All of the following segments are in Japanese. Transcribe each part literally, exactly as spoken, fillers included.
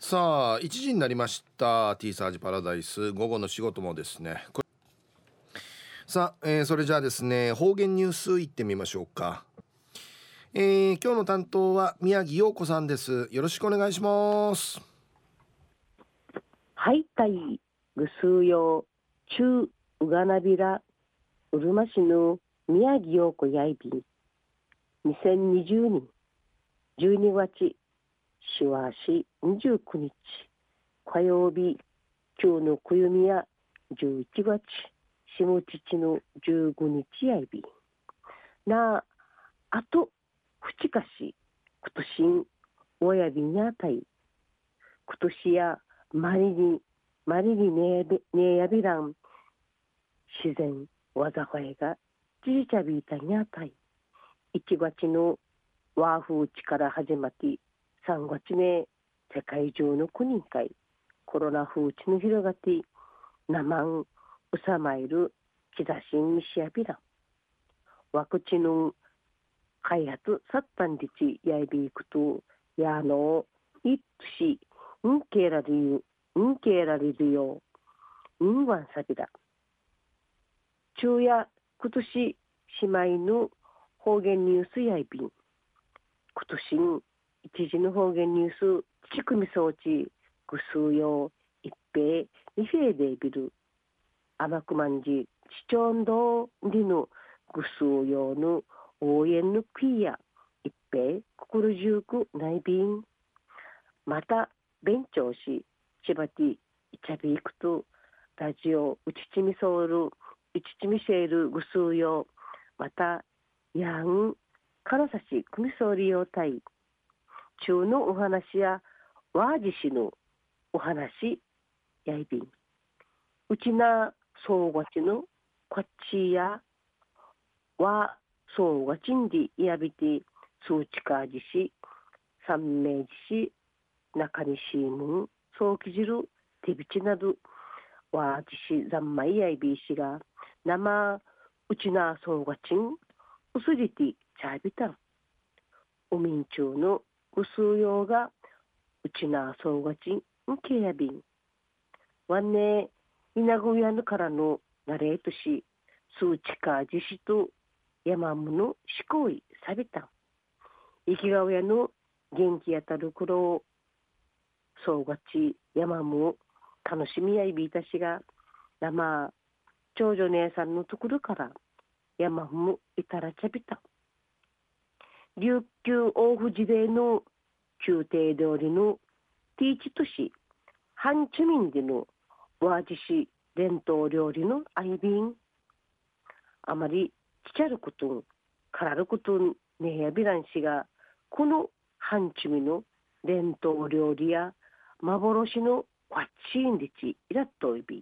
さあいちじになりました。 T サージパラダイス午後の仕事もですね。これさあ、えーそれじゃあですね、方言ニュースいってみましょうか。えー今日の担当は宮城陽子さんです。よろしくお願いします。 はいたいぐすうようちゅううがなびらうるま市の宮城陽子やいびんにせんにじゅうねんじゅうにがつしわしにじゅうくにち火曜日今日のくゆみやじゅういちがつしもちちのじゅうごにちやいびんなあとふちかしくとしんおやびにあたいくとしやまりにまりにねえべねえやびらん自然わざわいがじいちゃびいたにあたいいちがつの和風地から始まってさんがつめ世界中の国会コロナ風地の広がってなまんうさまいる兆しんみしやびらんワクチンの開発さったんでちやいびいくとやのいっしんけられるんけられるよんわんさびだ昼夜今年姉妹の方言ニュースやいびん今年一時の方言ニュースちくみ装置ぐすうよう一平二平でビル甘くまんじ市長道りのぐすうようの応援のクイヤ一平心中く内便また勉強し千葉ティイチャビークとラジオうちちみソウルいちちみシェールぐすうよまたやんからさしくみそうりようたい中のお話やわーじしのお話やいびんうちなそうがちのこっちやわそうがちんでやびて数値かじし三名じし中西むんそうきじる手びちなどわじしざんまいやいびいしが生うちなそうがちんうすじてちゃびたんおみんちゅうのうすうようがうちなそうがちんんけやびんわんねいなぐやぬからのなれとし数値かじしとやまむのしこいさびたんいきがうやの元気やたるくろうそうがちやまむ楽しみやいびいたしが生長女姉さんのところから山むいたらちゃびた琉球大府事例の宮廷料理のティーチ都市ハンチュミンでのワージシ伝統料理のアイビンあまりちちゃることんからることんねやびらんしがこのハンチュミの伝統料理や幻のワッチーンリチイラットイビン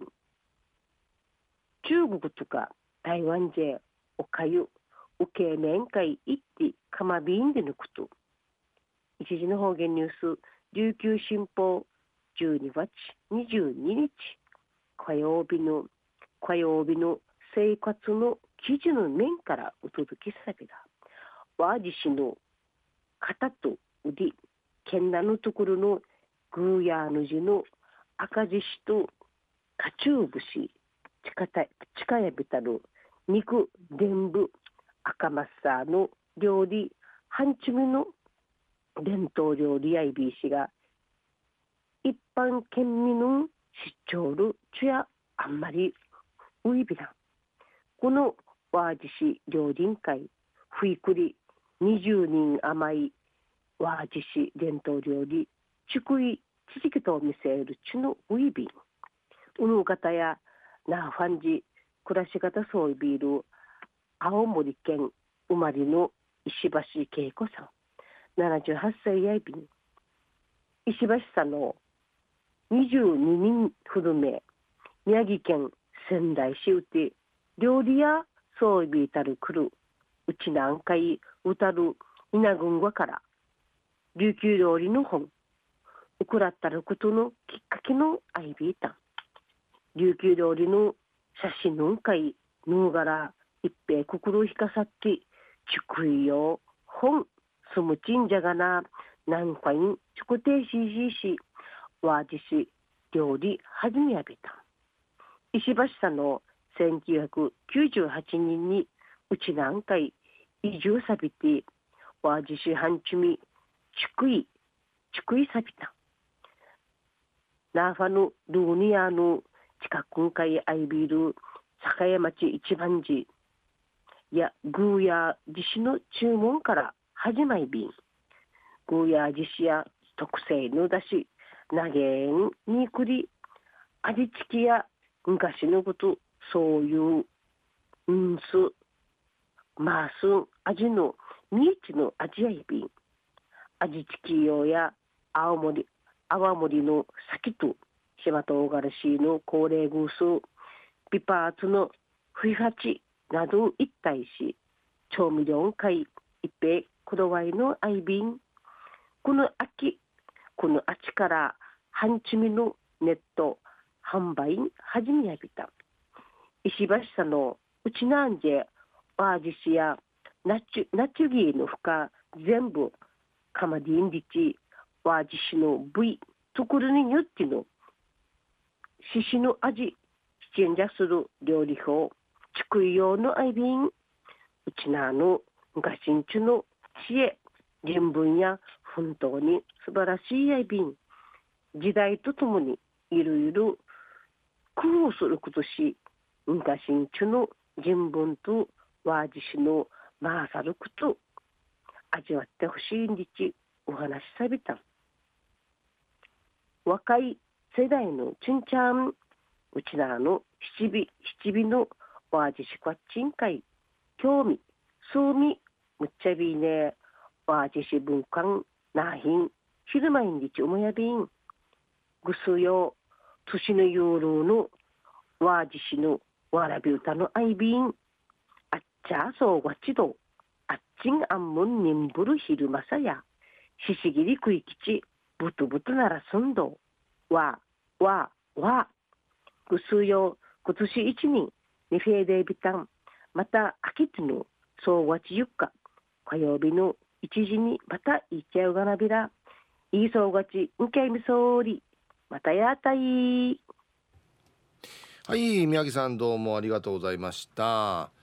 中国とか台湾でおかゆおけ麺会いってかまびんでぬくと一時の方言ニュース琉球新報じゅうにがつにじゅうににち火曜日の火曜日の生活の記事の面からお届けさびだわじしの肩と腕けんなのところのグーヤーの字の赤字しとカチューブシ近近やびたる肉伝部赤マッサーの料理半チミの伝統料理やいびいしが一般県民の出張るちやあんまりウイビランこのワージシ料理員会ふいくりにじゅうにん甘いワージシ伝統料理ちくいちじきと見せるちのウイビンうぬ方やなファンジ暮らし方そういびる青森県生まれの石橋恵子さんななじゅうはっさいやいびん石橋さんのにじゅうににんふるめ宮城県仙台市うて料理やそういびいたるくるうちなんかいうたる稲群馬から琉球料理の本うくらったることのきっかけのあいびいた琉球料理の写真のんかいぬうがら一平心ひかさってちくいよ本すむちんじゃがななんかいんちくてしししわじし料理始めやびた。石橋さんのせんきゅうひゃくきゅうじゅうはちねんにうち南海移住さびてわじしはんちゅみちくいちくいさびた。ナーファのルーニアの近くんかいアイビル坂屋町一番寺やグーヤー自身の注文から始まいびん。グーヤー自身や特製のだし投げんにくり味付きや昔のことそういううんすマースン味のみえちの味やいびん。味付き用や青森泡盛の先と島唐辛子の高齢グースピパーツのフイハチなど一体し調味料会一平こだわりのアイビン。この秋この秋から半チミのネット販売始めやびた。石橋さんのうちなんじゃワージシやナチュナチュギーの負荷全部カマディンリチワージシの部位ところによっての獅子の味チェンジャする料理法ちくい用のアイビン。うちなの昔んちゅの知恵人文や奮闘に素晴らしいアイビン。時代とともにいろいろ工夫することし昔んちゅの人文とワージシのマーサルクと味わってほしいんでちお話しさびた。若い世代のちんちゃんうちなの七尾七尾のワージシクワッチン会興味そうみむっちゃびいねワージシ文館なひん昼毎日おもやびんぐすよ年のユーロのワージシのわらび歌のアイビンあっちゃそうわちどあっちんあんむんにんぶる昼まさやししぎりくいきちぶとぶとならすんどわわわぐすよ今年一人にフェーデービタンまた秋つのそうわちゆっか火曜日の一時にまたいっちゃうがなびらいいそうがちんけいみそうりまたやったい。 はい、宮城さんどうもありがとうございました。